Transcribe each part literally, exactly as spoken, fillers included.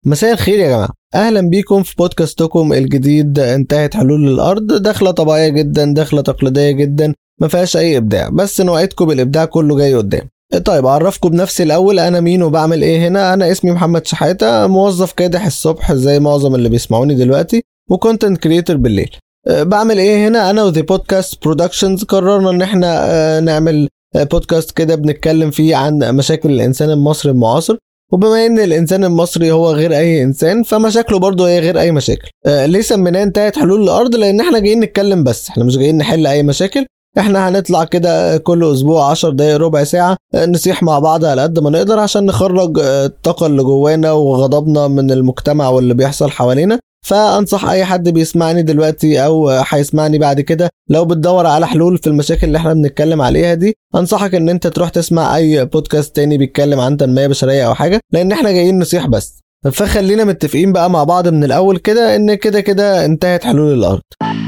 مساء الخير يا جماعة، أهلا بيكم في بودكاستكم الجديد. انتهت حلول الأرض، دخلة طبيعية جدا، دخلة تقليدية جدا، ما فيهاش أي إبداع، بس نوعدكم بالإبداع كله جاي قدام. طيب أعرفكم بنفسي الأول، أنا مين وبعمل إيه هنا. أنا اسمي محمد شحاتة، موظف كادح الصبح زي معظم اللي بيسمعوني دلوقتي، وكونتنت كريتور بالليل. بعمل إيه هنا؟ أنا وذي بودكاست برودكشنز قررنا إن إحنا نعمل بودكاست كده بنتكلم فيه عن مشاكل الإنسان المصري المعاصر. وبما ان الانسان المصري هو غير اي انسان، فمشاكله برضه هي غير اي مشاكل. آه ليه سميناه انتهت حلول الارض؟ لان احنا جايين نتكلم، بس احنا مش جايين نحل اي مشاكل. احنا هنطلع كده كل اسبوع عشر دقايق ربع ساعة، آه نصيح مع بعض على قد ما نقدر عشان نخرج آه الطاقة اللي جوانا وغضبنا من المجتمع واللي بيحصل حوالينا. فانصح اي حد بيسمعني دلوقتي او هيسمعني بعد كده، لو بتدور على حلول في المشاكل اللي احنا بنتكلم عليها دي، انصحك ان انت تروح تسمع اي بودكاست تاني بيتكلم عن تنمية بشرية او حاجة، لان احنا جايين نصيح بس. فخلينا متفقين بقى مع بعض من الاول كده ان كده كده انتهت حلول الارض.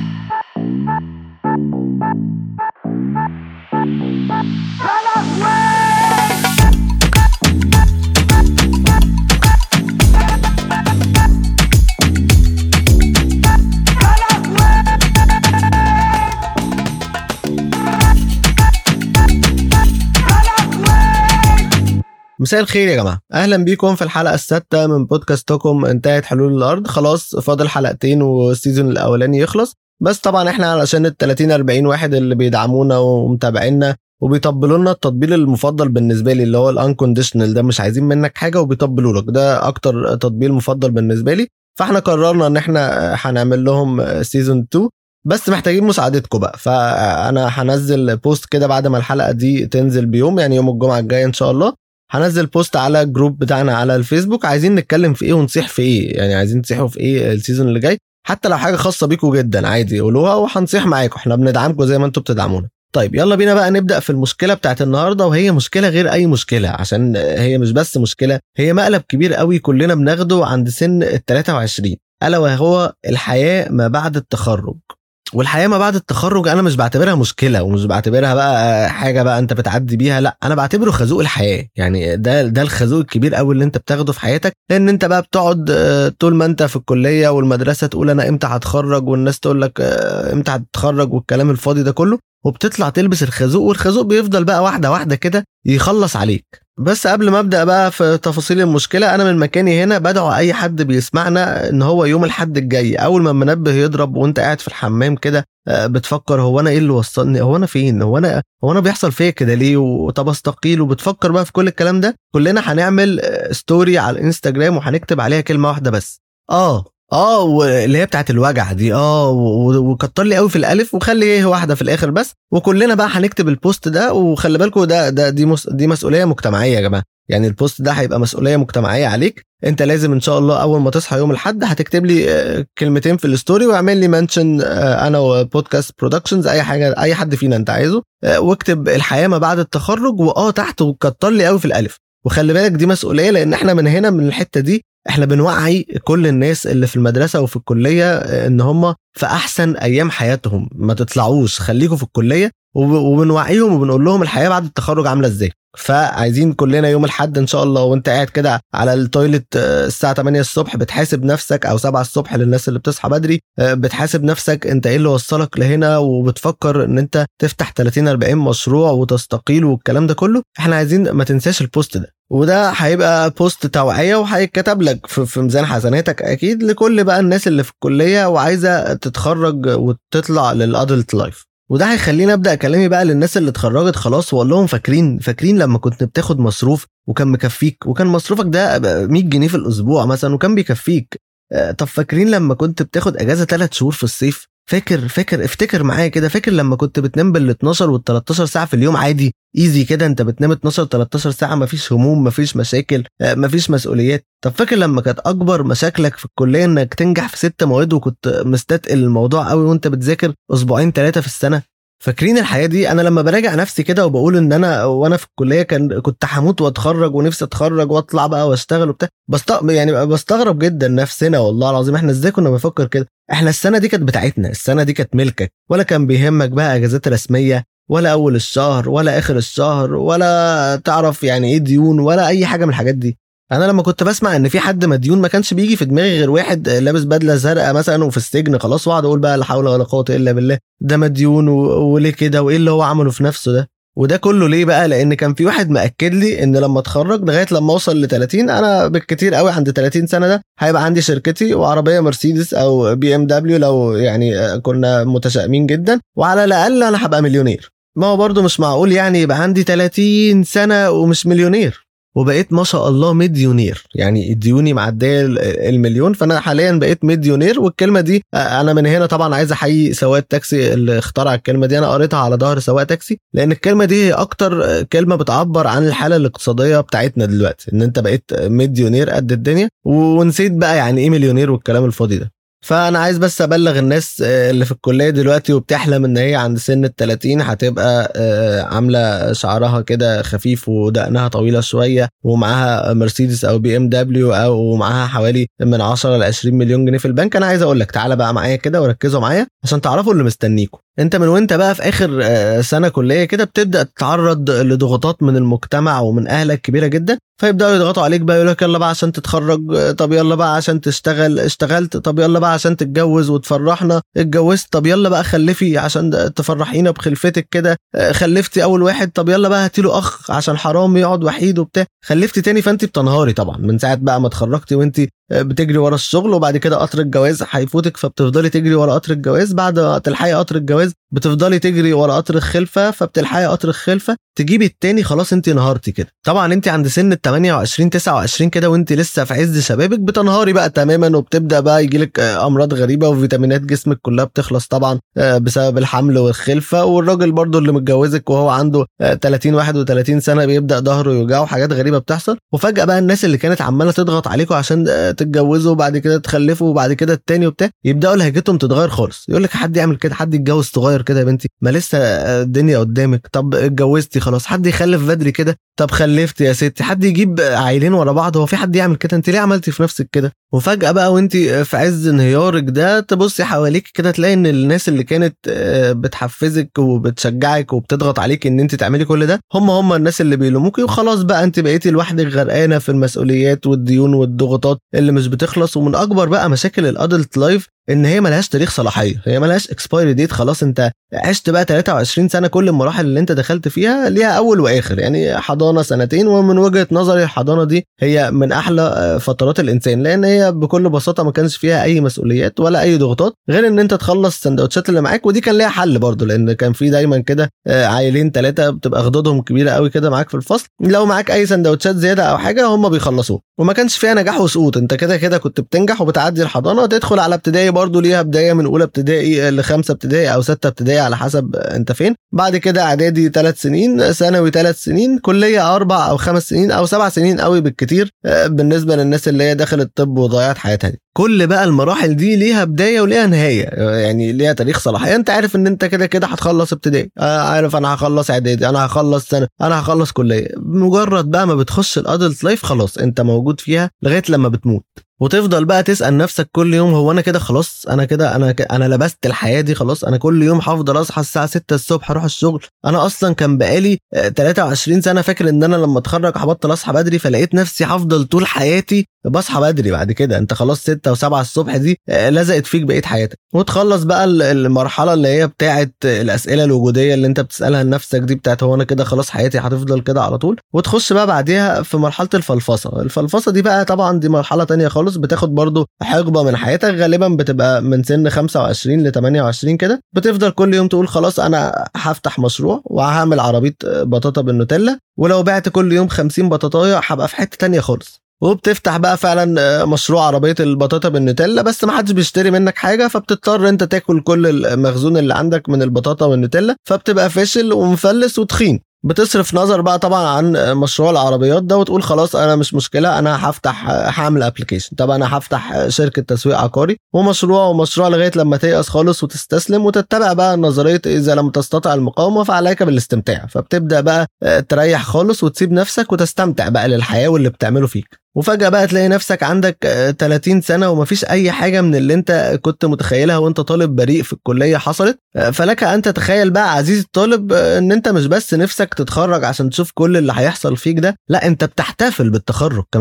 مساء الخير يا جماعة، أهلا بيكم في الحلقة السادسة من بودكاستكم انتهت حلول الأرض. خلاص فاضل حلقتين والسيزون الأولاني يخلص، بس طبعا احنا علشان التلاتين أربعين واحد اللي بيدعمونا ومتابعينا وبيطبلوا لنا التطبيل المفضل بالنسبة لي اللي هو الانكونديشنال ده، مش عايزين منك حاجة وبيطبلوا لك، ده أكتر تطبيل مفضل بالنسبة لي. فاحنا قررنا ان احنا هنعمل لهم سيزون اتنين، بس محتاجين مساعدتكم بقى. فأنا هنزل بوست كده بعد ما الحلقة دي تنزل بيوم، يعني يوم الجمعة الجاية إن شاء الله هنزل بوست على الجروب بتاعنا على الفيسبوك، عايزين نتكلم في ايه ونصيح في ايه، يعني عايزين تصيحوا في ايه السيزون اللي جاي، حتى لو حاجة خاصة بيكم جدا عادي قولوها وهنصيح معاكم، احنا بندعمكم زي ما انتم بتدعمونا. طيب يلا بينا بقى نبدأ في المشكلة بتاعت النهاردة، وهي مشكلة غير اي مشكلة، عشان هي مش بس مشكلة، هي مقلب كبير قوي كلنا بناخده عند سن التلاتة وعشرين، ألا وهو الحياة ما بعد التخرج. والحياة ما بعد التخرج أنا مش بعتبرها مشكلة، ومش بعتبرها بقى حاجة بقى أنت بتعدي بيها، لا أنا بعتبره خازوق الحياة. يعني ده ده الخازوق الكبير قوي اللي أنت بتاخده في حياتك، لأن أنت بقى بتقعد طول ما أنت في الكلية والمدرسة تقول أنا إمتى هتخرج، والناس تقول لك إمتى هتتخرج والكلام الفاضي ده كله، وبتطلع تلبس الخازوق، والخازوق بيفضل بقى واحدة واحدة كده يخلص عليك. بس قبل ما ابدا بقى في تفاصيل المشكله، انا من مكاني هنا بدعو اي حد بيسمعنا ان هو يوم الحد الجاي اول ما المنبه يضرب وانت قاعد في الحمام كده بتفكر هو انا ايه اللي وصلني، هو انا فين، هو انا هو انا بيحصل فيا كده ليه، وطب استقيل، وبتفكر بقى في كل الكلام ده. كلنا هنعمل ستوري على الانستجرام وهنكتب عليها كلمه واحده بس، اه اه واللي هي بتاعت الوجع دي، اه وكتر لي قوي في الالف وخلي ايه واحده في الاخر بس. وكلنا بقى هنكتب البوست ده، وخلي بالكم ده ده دي مس دي مسؤوليه مجتمعيه يا جماعه، يعني البوست ده هيبقى مسؤوليه مجتمعيه عليك. انت لازم ان شاء الله اول ما تصحى يوم الاحد هتكتب لي كلمتين في الستوري واعمل لي منشن انا وبودكاست برودكشنز، اي حاجه اي حد فينا انت عايزه، واكتب الحياه ما بعد التخرج واه تحت وكتر لي قوي في الالف. وخلي بالك دي مسؤوليه، لان احنا من هنا من الحته دي احنا بنوعي كل الناس اللي في المدرسة وفي الكلية ان هم في احسن ايام حياتهم، ما تطلعوش خليكم في الكلية، وبنوعيهم وبنقول لهم الحياة بعد التخرج عاملة ازاي. فعايزين كلنا يوم الحد ان شاء الله وانت قاعد كده على التويلت الساعة تمانية الصبح بتحاسب نفسك، او سبعة الصبح للناس اللي بتصحى بدري، بتحاسب نفسك انت ايه اللي وصلك لهنا، وبتفكر ان انت تفتح تلاتين أربعين مشروع وتستقيل والكلام ده كله. احنا عايزين ما تنساش البوست ده، وده هيبقى بوست توعية وهيتكتب لك في ميزان حسناتك اكيد لكل بقى الناس اللي في الكلية وعايزة تتخرج وتطلع للادلت لايف. وده هيخليني ابدا كلامي بقى للناس اللي اتخرجت خلاص، واقول لهم فاكرين فاكرين لما كنت بتاخد مصروف وكان مكفيك، وكان مصروفك ده مية جنيه في الاسبوع مثلا وكان بيكفيك. طب فاكرين لما كنت بتاخد اجازه ثلاث شهور في الصيف؟ فاكر فاكر افتكر معايا كده، فاكر لما كنت بتنام بال اتناشر وال تلتاشر ساعه في اليوم عادي ايزي كده، انت بتنام اتناشر تلتاشر ساعه، مفيش هموم مفيش مشاكل مفيش مسؤوليات. طب فاكر لما كانت اكبر مشاكلك في الكليه انك تنجح في ست مواد وكنت مستثقل الموضوع قوي وانت بتذاكر اسبوعين ثلاثه في السنه؟ فاكرين الحياه دي؟ انا لما براجع نفسي كده وبقول ان انا وانا في الكليه كان كنت هموت واتخرج ونفسي اتخرج واطلع بقى واشتغل وبتاع، بستغرب يعني بستغرب جدا نفسنا والله العظيم، احنا ازاي كنا بنفكر كده؟ احنا السنه دي كانت بتاعتنا، السنه دي كانت ملكك، ولا كان بيهمك بقى اجازات رسميه ولا اول الشهر ولا اخر الشهر ولا تعرف يعني ايه ديون ولا اي حاجه من الحاجات دي. انا لما كنت بسمع ان في حد مديون ما كانش بيجي في دماغي غير واحد لابس بدله زرقاء مثلا وفي السجن خلاص، واقعد اقول بقى لا حول ولا قوه الا بالله، ده مديون و... وليه كده، وايه اللي هو عمله في نفسه ده. وده كله ليه بقى؟ لان كان في واحد مأكد لي ان لما اتخرج لغايه لما اوصل ل ثلاثين، انا بالكتير قوي عند ثلاثين سنه ده هيبقى عندي شركتي وعربيه مرسيدس او بي ام دبليو لو يعني كنا متشائمين جدا، وعلى الاقل انا هبقى مليونير. ما هو برضو مش معقول يعني يبقى عندي ثلاثين سنه ومش مليونير، وبقيت ما شاء الله مليونير، يعني اديوني معديه المليون، فانا حاليا بقيت مليونير. والكلمه دي انا من هنا طبعا عايز احيي سواق التاكسي اللي اخترع الكلمه دي، انا قريتها على ظهر سواق تاكسي، لان الكلمه دي هي اكتر كلمه بتعبر عن الحاله الاقتصاديه بتاعتنا دلوقتي، ان انت بقيت مليونير قد الدنيا ونسيت بقى يعني ايه مليونير والكلام الفاضي ده. فانا عايز بس ابلغ الناس اللي في الكليه دلوقتي وبتحلم ان هي عند سن التلاتين هتبقى عامله شعرها كده خفيف ودقنها طويله شويه ومعاها مرسيدس او بي ام دبليو او معاها حوالي من عشرة ل عشرين مليون جنيه في البنك، انا عايز اقول لك تعالى بقى معايا كده وركزوا معايا عشان تعرفوا اللي مستنيكم. انت من وانت بقى في اخر سنه كليه كده بتبدا تتعرض لضغوطات من المجتمع ومن اهلك كبيره جدا، فيبداوا يضغطوا عليك بقى، يقولك يلا بقى عشان تتخرج، طب يلا بقى عشان تشتغل، اشتغلت، طب يلا بقى عشان تتجوز وتفرحنا، اتجوزت، طب يلا بقى خلفي عشان تفرحينا بخلفتك كده، خلفتي اول واحد، طب يلا بقى هاتيله اخ عشان حرام يقعد وحيد وبتاع، خلفتي تاني، فانت بتنهاري طبعا من ساعه بقى ما اتخرجتي وانت بتجري ورا الشغل، وبعد كده قطر الجواز هيفوتك فبتفضلي تجري ورا قطر الجواز، بعد ما تلحقي قطر الجواز بتفضلي تجري ورا قطر الخلفه فبتلحقي قطر الخلفه، تجيبي التاني، خلاص انت نهارتي كده. طبعا انت عند سن ثمانية وعشرين تسعة وعشرين كده وانت لسه في عز شبابك بتنهاري بقى تماما، وبتبدا بقى يجيلك امراض غريبه وفيتامينات جسمك كلها بتخلص طبعا بسبب الحمل والخلفه، والراجل برضو اللي متجوزك وهو عنده ثلاثين واحد وثلاثين سنه بيبدا ظهره يوجعه، حاجات غريبه بتحصل. وفجاه بقى الناس اللي كانت عماله تضغط عليكم عشان تتجوزوا وبعد كده تخلفوا وبعد كده التاني وبتاع، يبداوا لهجتهم تتغير خالص، يقول لك حد يعمل كده، حد يتجوز صغير كده يا بنتي، ما لسه الدنيا قدامك، طب اتجوزتي خلاص، حد يخلف بدري كده، طب خلفتي يا ستي، حد يجيب عيلين ورا بعض، هو في حد يعمل كده؟ انت ليه عملتي في نفسك كده؟ وفجأة بقى وانت في عز انهيارك ده تبصي حواليك كده تلاقي ان الناس اللي كانت بتحفزك وبتشجعك وبتضغط عليك ان انت تعملي كل ده هم هم الناس اللي بيلوموكي، وخلاص بقى انت بقيتي لوحدك غرقانه في المسؤوليات والديون والضغوطات اللي مش بتخلص. ومن اكبر بقى مشاكل الادلت لايف ان هي ملهاش تاريخ صلاحيه، هي ملهاش اكسبايري ديت، خلاص انت عشت بقى ثلاثة وعشرين سنه، كل المراحل اللي انت دخلت فيها ليها اول واخر، يعني حضانه سنتين، ومن وجهه نظري الحضانه دي هي من احلى فترات الانسان، لان هي بكل بساطه ما كانش فيها اي مسؤوليات ولا اي ضغوطات غير ان انت تخلص السندوتشات اللي معاك، ودي كان ليها حل برضو، لان كان في دايما كده عائلين ثلاثه بتبقى خدودهم كبيره قوي كده معاك في الفصل، لو معاك اي سندوتشات زياده او حاجه هم بيخلصوه، وما كانش فيها نجاح وسقوط، انت كده كده كنت بتنجح وبتعدي الحضانه، تدخل على ابتدائي برضو ليها بدايه من اولى ابتدائي لخمسه ابتدائي او سته ابتدائي على حسب انت فين، بعد كده اعدادي ثلاث سنين، ثانوي ثلاث سنين، كليه اربع او خمس سنين او سبع سنين قوي بالكتير بالنسبه للناس اللي هي دخلت طب وضيعت حياتها دي. كل بقى المراحل دي ليها بدايه وليها نهايه، يعني ليها تاريخ صلاحيه، انت عارف ان انت كده كده هتخلص ابتدائي، عارف انا هخلص اعدادي، انا هخلص سنه، انا هخلص كليه، مجرد بقى ما بتخش الادلت لايف خلاص انت موجود فيها لغايه لما بتموت، وتفضل بقى تسأل نفسك كل يوم هو انا كده خلاص، انا كده انا ك... انا لبست الحياه دي خلاص، انا كل يوم هفضل اصحى الساعه ستة الصبح اروح الشغل، انا اصلا كان بقالي ثلاثة وعشرين سنه فاكر ان انا لما اتخرج هبطل اصحى بدري، فلقيت نفسي هفضل طول حياتي بصحى بدري، بعد كده انت خلاص ستة وسبعة الصبح دي لزقت فيك بقيت حياتك، وتخلص بقى المرحله اللي هي بتاعه الاسئله الوجوديه اللي انت بتسالها لنفسك دي بتاعه هو انا كده خلاص حياتي هتفضل كده على طول، وتخش بقى بعديها في مرحله الفلفصه. الفلفصه دي بقى طبعا دي مرحله تانية خالص، بتاخد برضو حقبه من حياتك غالبا بتبقى من سن خمسة وعشرين ل ثمانية وعشرين كده، بتفضل كل يوم تقول خلاص انا هفتح مشروع وهعمل عربيه بطاطا بالنوتيلا، ولو بعت كل يوم خمسين بطاطايه هبقى في حته تانية خالص، وبتفتح بقى فعلا مشروع عربيه البطاطا بالنوتيلا، بس ما حدش بيشتري منك حاجه، فبتضطر انت تاكل كل المخزون اللي عندك من البطاطا والنوتيلا، فبتبقى فاشل ومفلس وتخين. بتصرف نظر بقى طبعا عن مشروع العربيات ده وتقول خلاص انا مش مشكله، انا هفتح هعمل ابلكيشن، طب انا هفتح شركه تسويق عقاري، ومشروع ومشروع لغايه لما تيأس خالص وتستسلم، وتتبع بقى نظريه اذا لم تستطع المقاومه فعليك بالاستمتاع، فبتبدا بقى تريح خالص وتسيب نفسك وتستمتع بقى للحياه واللي بتعمله فيك. وفجأة بقى تلاقي نفسك عندك ثلاثين سنة ومفيش أي حاجة من اللي أنت كنت متخيلها وأنت طالب بريء في الكلية حصلت، فلك أن تتخيل بقى عزيزي الطالب أن أنت مش بس نفسك تتخرج عشان تشوف كل اللي هيحصل فيك ده، لا أنت بتحتفل بالتخرج كمان.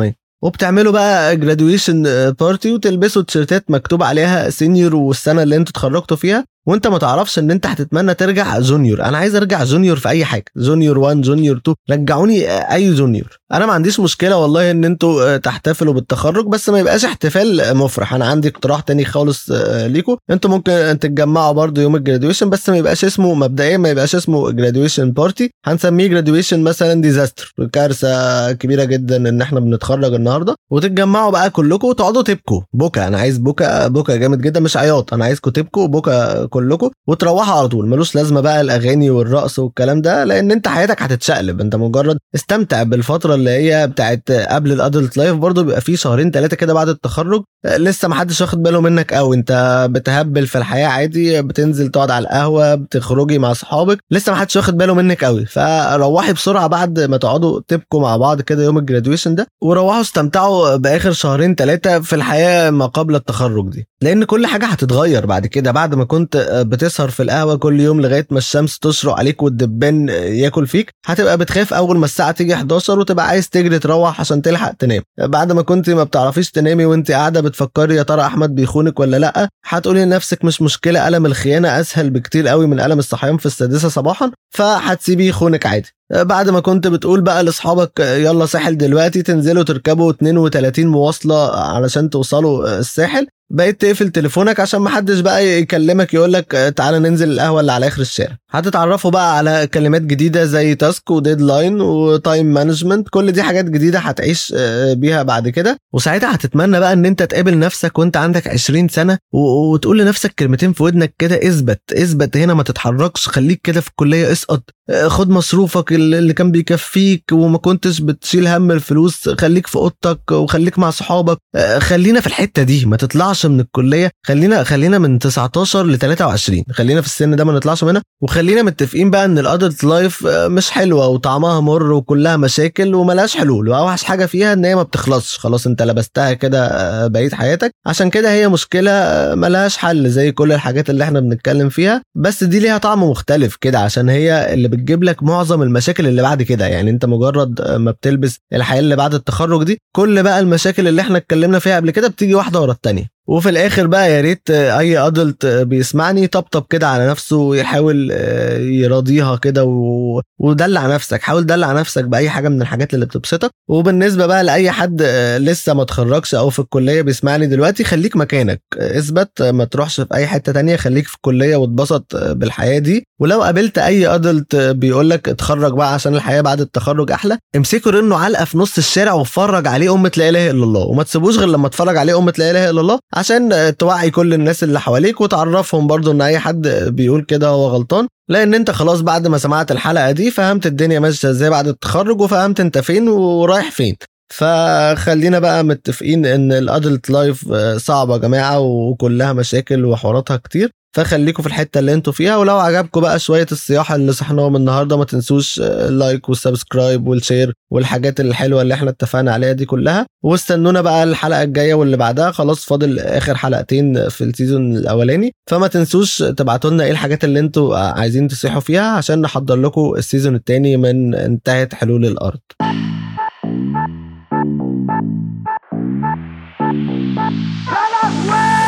وبتعملوا بقى graduation party وتلبسوا تيشيرتات مكتوب عليها سينيور والسنة اللي انتوا اتخرجتوا فيها، وانت ما تعرفش ان انت هتتمنى ترجع جونيور. انا عايز ارجع جونيور في اي حاجه، جونيور واحد جونيور اتنين، رجعوني اي جونيور. انا ما عنديش مشكله والله ان انتوا تحتفلوا بالتخرج، بس ما يبقاش احتفال مفرح. انا عندي اقتراح تاني خالص ليكم، انتوا ممكن تتجمعوا برضو يوم الجراديويشن، بس ما يبقاش اسمه مبدئيا ما يبقاش اسمه جراديويشن بارتي، هنسميه جراديويشن مثلا ديزاستر، كارثه كبيره جدا ان احنا بنتخرج النهارده، وتتجمعوا بقى كلكم وتقعدوا تبكوا بكا. انا عايز بكا بكا جامد جدا، مش عياط، انا عايزكم تبكوا بكا كلكم وتروحوا على طول. ملوش لازمه بقى الاغاني والرقص والكلام ده، لان انت حياتك هتتشقلب. انت مجرد استمتع بالفتره اللي هي بتاعت قبل الادلت لايف. برضو بيبقى فيه شهرين ثلاثه كده بعد التخرج لسه ما حدش واخد باله منك، او انت بتهبل في الحياه عادي، بتنزل تقعد على القهوه، بتخرجي مع اصحابك، لسه ما حدش واخد باله منك قوي. فروحي بسرعه بعد ما تقعدوا تبكوا مع بعض كده يوم الجراديويشن ده، وروحوا استمتعوا باخر شهرين ثلاثه في الحياه ما قبل التخرج دي، لان كل حاجه هتتغير بعد كده. بعد ما كنت بتسهر في القهوه كل يوم لغايه ما الشمس تشرق عليك والدبان ياكل فيك، هتبقى بتخاف اول ما الساعه تيجي حداشر وتبقى عايز تجري تروح عشان تلحق تنام. بعد ما كنت ما بتعرفيش تنامي وانت قاعده بتفكري يا ترى احمد بيخونك ولا لا، هتقولي لنفسك مش مشكله، الم الخيانه اسهل بكتير قوي من الم الصحيان في السادسه صباحا، فهتسيبيه يخونك عادي. بعد ما كنت بتقول بقى لاصحابك يلا ساحل دلوقتي، تنزلوا تركبوا اتنين وتلاتين مواصله علشان توصلوا الساحل، بقيت تقفل تليفونك عشان ما حدش بقى يكلمك يقولك تعالى ننزل القهوه اللي على اخر الشارع. هتتعرفوا بقى على كلمات جديده زي تاسك وديدلاين وتايم مانجمنت، كل دي حاجات جديده هتعيش بيها بعد كده. وساعتها هتتمنى بقى ان انت تقابل نفسك وانت عندك عشرين سنه وتقول لنفسك كلمتين في ودنك كده، اثبت اثبت هنا، ما تتحركش، خليك كده في الكليه، اسقط، خد مصروفك اللي كان بيكفيك وما كنتش بتشيل هم الفلوس، خليك في اوضتك وخليك مع صحابك. خلينا في الحته دي، ما تطلعش من الكليه، خلينا خلينا من تسعتاشر ل تلاتة وعشرين، خلينا في السن ده ما نطلعش منها. وخلينا متفقين بقى ان الادلت لايف مش حلوه وطعمها مر وكلها مشاكل وملهاش حلول، واوحش حاجه فيها ان هي ما بتخلصش، خلاص انت لبستها كده بقيت حياتك. عشان كده هي مشكله ملهاش حل زي كل الحاجات اللي احنا بنتكلم فيها، بس دي ليها طعم مختلف كده عشان هي اللي بتجيب لك معظم المشاكل اللي بعد كده. يعني انت مجرد ما بتلبس الحياه اللي بعد التخرج دي، كل بقى المشاكل اللي احنا اتكلمنا فيها قبل كده بتيجي واحده ورا الثانيه. وفي الاخر بقى يا ريت اي ادلت بيسمعني طبطب كده على نفسه ويحاول يراضيها كده و... ودلع نفسك، حاول دلع نفسك باي حاجه من الحاجات اللي بتبسطك. وبالنسبه بقى لاي حد لسه ما اتخرجش او في الكليه بيسمعني دلوقتي، خليك مكانك، اثبت، ما تروحش في اي حته تانية، خليك في الكليه واتبسط بالحياه دي. ولو قابلت اي ادلت بيقولك اتخرج بقى عشان الحياه بعد التخرج احلى، امسكه رنه علقه في نص الشارع واتفرج عليه امه لا اله الا الله، وما تسيبوش غير لما تتفرج عليه امه لا اله الا الله، عشان توعي كل الناس اللي حواليك وتعرفهم برضو ان اي حد بيقول كده هو غلطان. لان انت خلاص بعد ما سمعت الحلقة دي فهمت الدنيا ماشية ازاي بعد التخرج، وفهمت انت فين ورايح فين. فخلينا بقى متفقين ان الادلت لايف صعبة يا جماعة وكلها مشاكل وحواراتها كتير، فخليكم في الحتة اللي انتوا فيها. ولو عجبكم بقى شوية الصياحة اللي صحناهم النهاردة، ما تنسوش اللايك والسبسكرايب والشير والحاجات الحلوة اللي احنا اتفقنا عليها دي كلها. واستنونا بقى الحلقة الجاية واللي بعدها، خلاص فاضل اخر حلقتين في السيزون الاولاني، فما تنسوش تبعتوا لنا ايه الحاجات اللي انتوا عايزين تصيحوا فيها عشان نحضر لكم السيزون التاني من انتهت حلول الارض. Run away!